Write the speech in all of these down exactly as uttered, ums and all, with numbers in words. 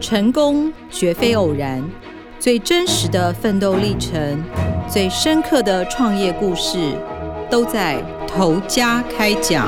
成功绝非偶然，最真实的奋斗历程，最深刻的创业故事，都在头家开讲。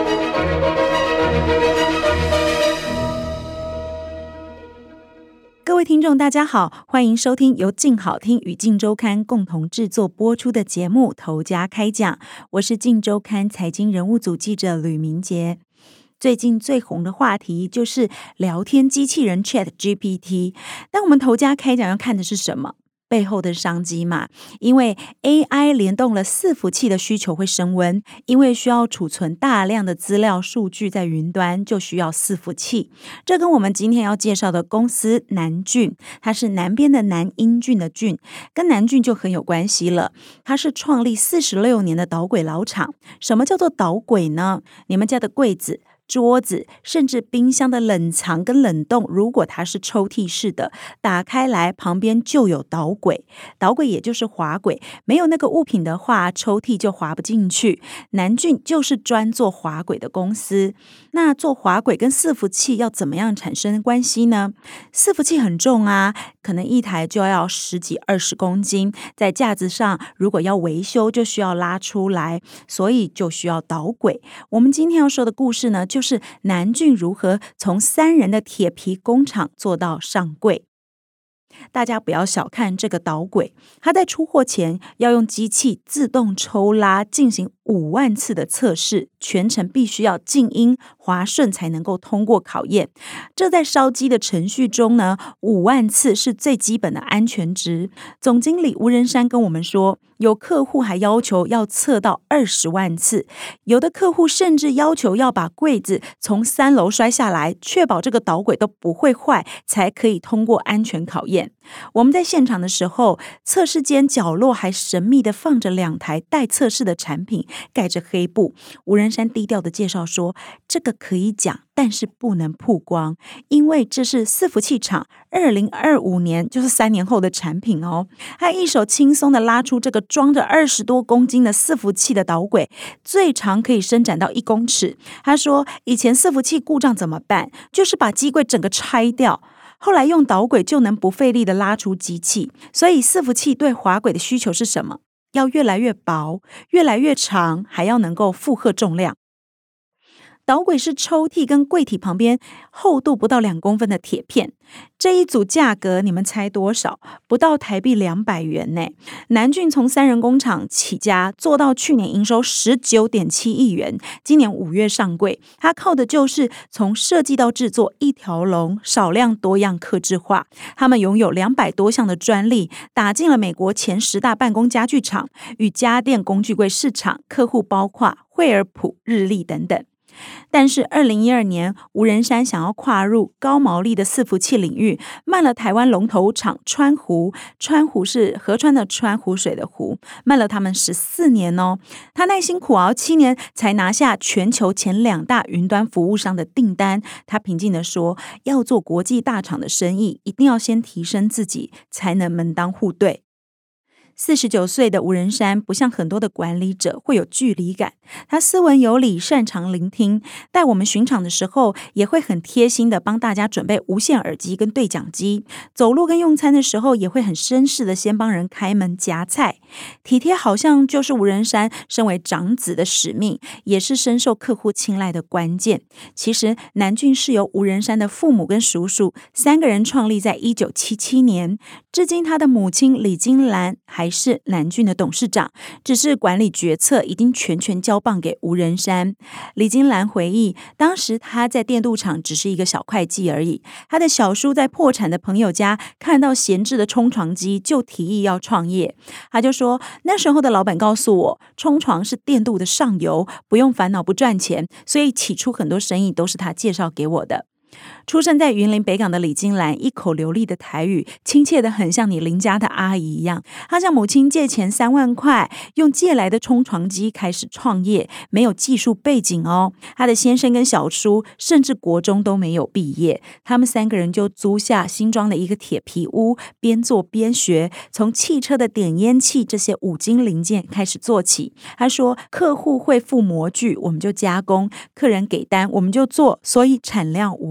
各位听众大家好，欢迎收听由静好听与静周刊共同制作播出的节目头家开讲，我是静周刊财经人物组记者吕明杰。最近最红的话题就是聊天机器人 Chat G P T， 但我们头家开讲要看的是什么？背后的商机嘛，因为 A I 联动了伺服器的需求会升温，因为需要储存大量的资料数据在云端，就需要伺服器。这跟我们今天要介绍的公司南俊，它是南边的南，英俊的俊，跟南俊就很有关系了。它是创立四十六年的导轨老厂。什么叫做导轨呢？你们家的柜子、桌子，甚至冰箱的冷藏跟冷冻，如果它是抽屉式的，打开来旁边就有导轨，导轨也就是滑轨，没有那个物品的话，抽屉就滑不进去。南俊就是专做滑轨的公司。那做滑轨跟伺服器要怎么样产生关系呢？伺服器很重啊，可能一台就要十几二十公斤，在架子上如果要维修就需要拉出来，所以就需要导轨。我们今天要说的故事呢，就就是南俊如何从三人的铁皮工厂做到上柜。大家不要小看这个导轨，它在出货前要用机器自动抽拉进行五万次的测试，全程必须要静音滑顺才能够通过考验。这在烧机的程序中呢，五万次是最基本的安全值。总经理吴仁山跟我们说，有客户还要求要测到二十万次，有的客户甚至要求要把柜子从三楼摔下来，确保这个导轨都不会坏，才可以通过安全考验。我们在现场的时候，测试间角落还神秘的放着两台待测试的产品，盖着黑布。吴仁山低调的介绍说，这个可以讲，但是不能曝光，因为这是伺服器厂二零二五年，就是三年后的产品哦。他一手轻松的拉出这个装着二十多公斤的伺服器的导轨，最长可以伸展到一公尺。他说，以前伺服器故障怎么办？就是把机柜整个拆掉。后来用导轨就能不费力的拉出机器，所以伺服器对滑轨的需求是什么？要越来越薄，越来越长，还要能够负荷重量。导轨是抽屉跟柜体旁边厚度不到两公分的铁片，这一组价格你们猜多少？不到台币两百元呢。南俊从三人工厂起家，做到去年营收十九点七亿元，今年五月上柜。他靠的就是从设计到制作一条龙，少量多样客制化。他们拥有两百多项的专利，打进了美国前十大办公家具厂与家电工具柜市场，客户包括惠而浦、日立等等。但是二零一二年，吴仁山想要跨入高毛利的伺服器领域，卖了台湾龙头厂川湖，川湖是河川的川，湖水的湖，卖了他们十四年哦。他耐心苦熬七年，才拿下全球前两大云端服务商的订单。他平静地说，要做国际大厂的生意，一定要先提升自己，才能门当户对。四十九岁的吴仁山不像很多的管理者会有距离感，他斯文有礼，擅长聆听，带我们巡场的时候也会很贴心的帮大家准备无线耳机跟对讲机，走路跟用餐的时候也会很绅士的先帮人开门夹菜，体贴好像就是吴仁山身为长子的使命，也是深受客户青睐的关键。其实南俊是由吴仁山的父母跟叔叔三个人创立在一九七七年，至今他的母亲李金兰还是南俊的董事长，只是管理决策已经全权交棒给吴仁山。李金兰回忆，当时他在电镀厂只是一个小会计而已，他的小叔在破产的朋友家看到闲置的冲床机，就提议要创业。他就说，那时候的老板告诉我，冲床是电镀的上游，不用烦恼不赚钱，所以起初很多生意都是他介绍给我的。出生在云林北港的李金兰，一口流利的台语，亲切的很像你邻家的阿姨一样。她向母亲借钱三万块，用借来的冲床机开始创业，没有技术背景哦。她的先生跟小叔甚至国中都没有毕业，他们三个人就租下新装的一个铁皮屋，边做边学，从汽车的点烟器这些五金零件开始做起。他说，客户会附模具，我们就加工；客人给单，我们就做，所以产量无限。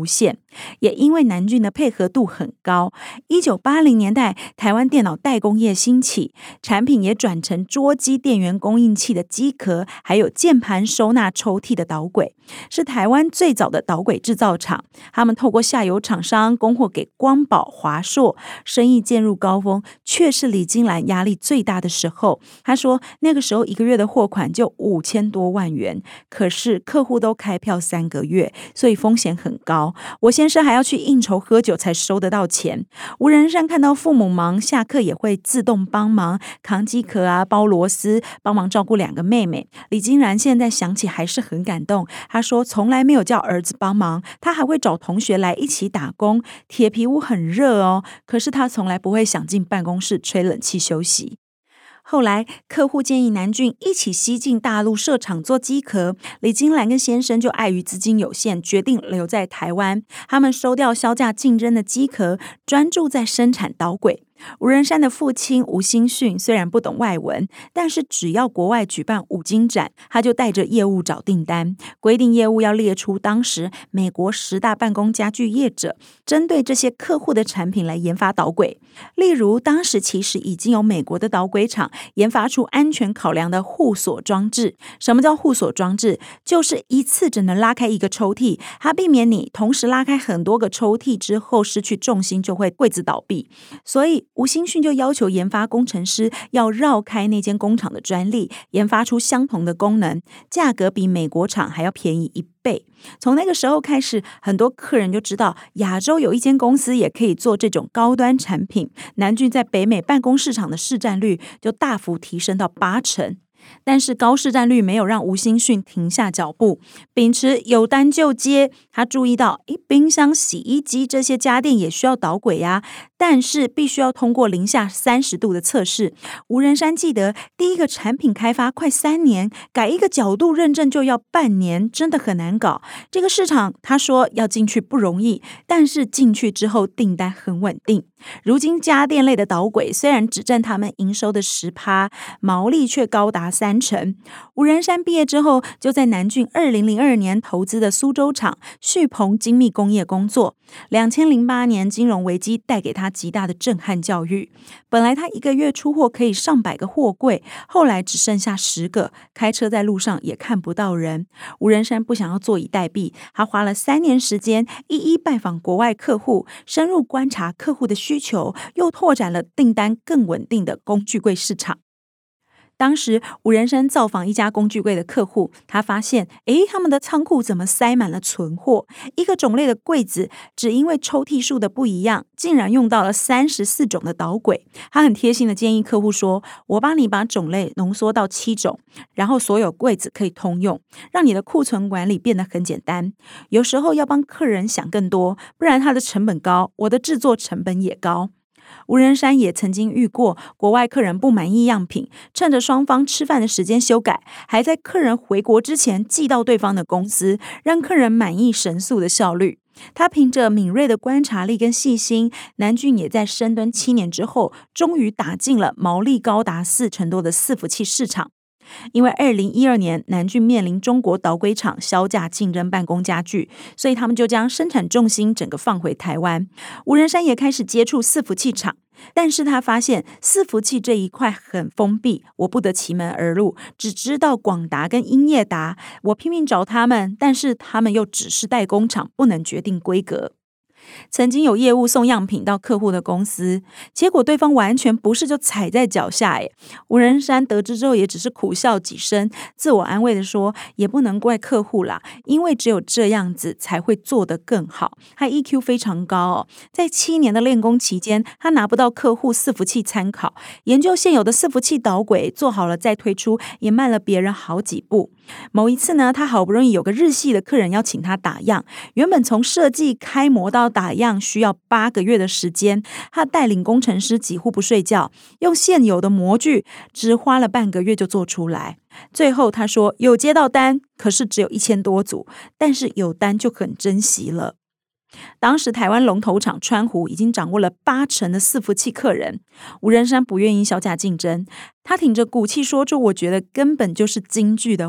也因为南俊的配合度很高，一九八零年代台湾电脑代工业兴起，产品也转成桌机电源供应器的机壳，还有键盘收纳抽屉的导轨，是台湾最早的导轨制造厂。他们透过下游厂商供货给光宝、华硕，生意渐入高峰，却是李金兰压力最大的时候。他说那个时候一个月的货款就五千多万元，可是客户都开票三个月，所以风险很高。我先生还要去应酬喝酒才收得到钱。吴仁山看到父母忙，下课也会自动帮忙扛机壳啊、包螺丝，帮忙照顾两个妹妹。李金兰现在想起还是很感动，他说从来没有叫儿子帮忙，他还会找同学来一起打工。铁皮屋很热哦，可是他从来不会想进办公室吹冷气休息。后来客户建议南俊一起西进大陆设厂做机壳，李金兰跟先生就碍于资金有限，决定留在台湾。他们收掉销价竞争的机壳，专注在生产导轨。吴仁山的父亲吴新训虽然不懂外文，但是只要国外举办五金展，他就带着业务找订单，规定业务要列出当时美国十大办公家具业者针对这些客户的产品来研发导轨。例如当时其实已经有美国的导轨厂研发出安全考量的护锁装置。什么叫护锁装置？就是一次只能拉开一个抽屉，它避免你同时拉开很多个抽屉之后失去重心，就会柜子倒闭。所以吴新训就要求研发工程师要绕开那间工厂的专利，研发出相同的功能，价格比美国厂还要便宜一倍。从那个时候开始，很多客人就知道亚洲有一间公司也可以做这种高端产品。南俊在北美办公市场的市占率就大幅提升到八成。但是高市占率没有让吴新训停下脚步，秉持有单就接。他注意到，诶，冰箱、洗衣机这些家电也需要导轨呀，但是必须要通过零下三十度的测试。吴仁山记得，第一个产品开发快三年，改一个角度认证就要半年，真的很难搞。这个市场，他说要进去不容易，但是进去之后订单很稳定。如今家电类的导轨虽然只占他们营收的 百分之十， 毛利却高达三成。吴仁山毕业之后，就在南俊二零零二年投资的苏州厂旭鹏精密工业工作。两千零八年金融危机带给他极大的震撼教育。本来他一个月出货可以上百个货柜，后来只剩下十个，开车在路上也看不到人。吴仁山不想要坐以待毙，他花了三年时间，一一拜访国外客户，深入观察客户的需求，又拓展了订单更稳定的工具柜市场。当时吴仁山造访一家工具柜的客户，他发现诶，他们的仓库怎么塞满了存货，一个种类的柜子只因为抽屉数的不一样，竟然用到了三十四种的导轨。他很贴心的建议客户说，我帮你把种类浓缩到七种，然后所有柜子可以通用，让你的库存管理变得很简单。有时候要帮客人想更多，不然他的成本高，我的制作成本也高。吴仁山也曾经遇过国外客人不满意样品，趁着双方吃饭的时间修改，还在客人回国之前寄到对方的公司，让客人满意神速的效率。他凭着敏锐的观察力跟细心，南俊也在深蹲七年之后，终于打进了毛利高达四成多的伺服器市场。因为二零一二年南俊面临中国导轨厂销价竞争办公家具，所以他们就将生产重心整个放回台湾。吴仁山也开始接触伺服器厂，但是他发现伺服器这一块很封闭，我不得其门而入，只知道广达跟英业达，我拼命找他们，但是他们又只是代工厂，不能决定规格。曾经有业务送样品到客户的公司，结果对方完全不是就踩在脚下耶。吴仁山得知之后也只是苦笑几声，自我安慰的说，也不能怪客户啦，因为只有这样子才会做得更好。他 E Q 非常高哦，在七年的练功期间，他拿不到客户伺服器参考，研究现有的伺服器导轨做好了再推出，也慢了别人好几步。某一次呢，他好不容易有个日系的客人要请他打样，原本从设计开模到打样需要八个月的时间，他带领工程师几乎不睡觉，用现有的模具只花了半个月就做出来。最后他说有接到单，可是只有一千多组，但是有单就很珍惜了。当时台湾龙头厂川湖已经掌握了八成的伺服器客人，吴仁山不愿意销价竞争，他挺着骨气说出我觉得根本就是金句的话，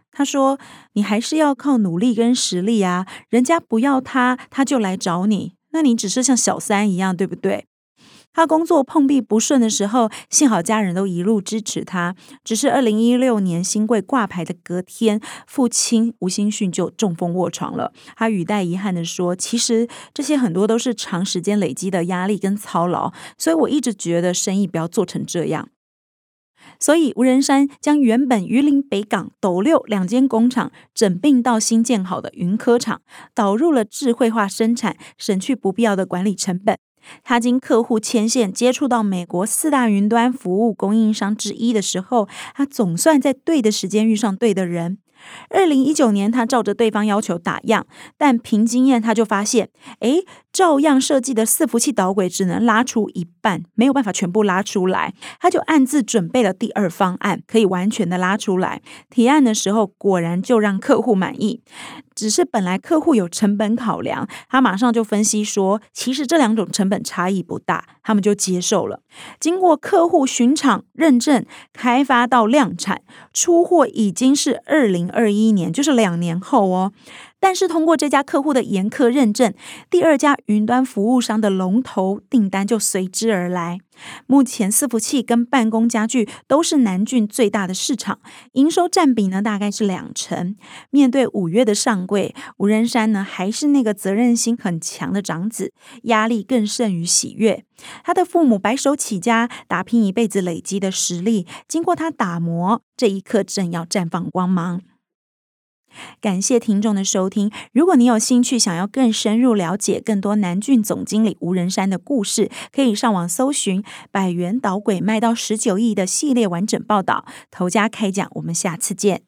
他说，你还是要靠努力跟实力啊，人家不要他，他就来找你，那你只是像小三一样，对不对？他工作碰壁不顺的时候，幸好家人都一路支持他。只是二零一六年新贵挂牌的隔天，父亲吴新训就中风卧床了。他语带遗憾地说，其实这些很多都是长时间累积的压力跟操劳，所以我一直觉得生意不要做成这样。所以吴仁山将原本榆林北港、斗六两间工厂整并到新建好的云科厂，导入了智慧化生产，省去不必要的管理成本。他经客户牵线接触到美国四大云端服务供应商之一的时候，他总算在对的时间遇上对的人。二零一九年他照着对方要求打样，但凭经验他就发现，诶，照样设计的伺服器导轨只能拉出一半，没有办法全部拉出来。他就暗自准备了第二方案，可以完全的拉出来。提案的时候果然就让客户满意，只是本来客户有成本考量，他马上就分析说，其实这两种成本差异不大，他们就接受了。经过客户巡厂认证，开发到量产，出货已经是二零二一年，就是两年后哦。但是通过这家客户的严苛认证，第二家云端服务商的龙头订单就随之而来。目前伺服器跟办公家具都是南郡最大的市场，营收占比呢大概是两成。面对五月的上柜，吴仁山呢还是那个责任心很强的长子，压力更胜于喜悦。他的父母白手起家，打拼一辈子累积的实力，经过他打磨，这一刻正要绽放光芒。感谢听众的收听，如果你有兴趣想要更深入了解更多南郡总经理吴仁山的故事，可以上网搜寻百元导轨卖到十九亿的系列完整报道。头家开讲，我们下次见。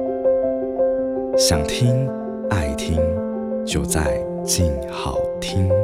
想听爱听，就在静好听。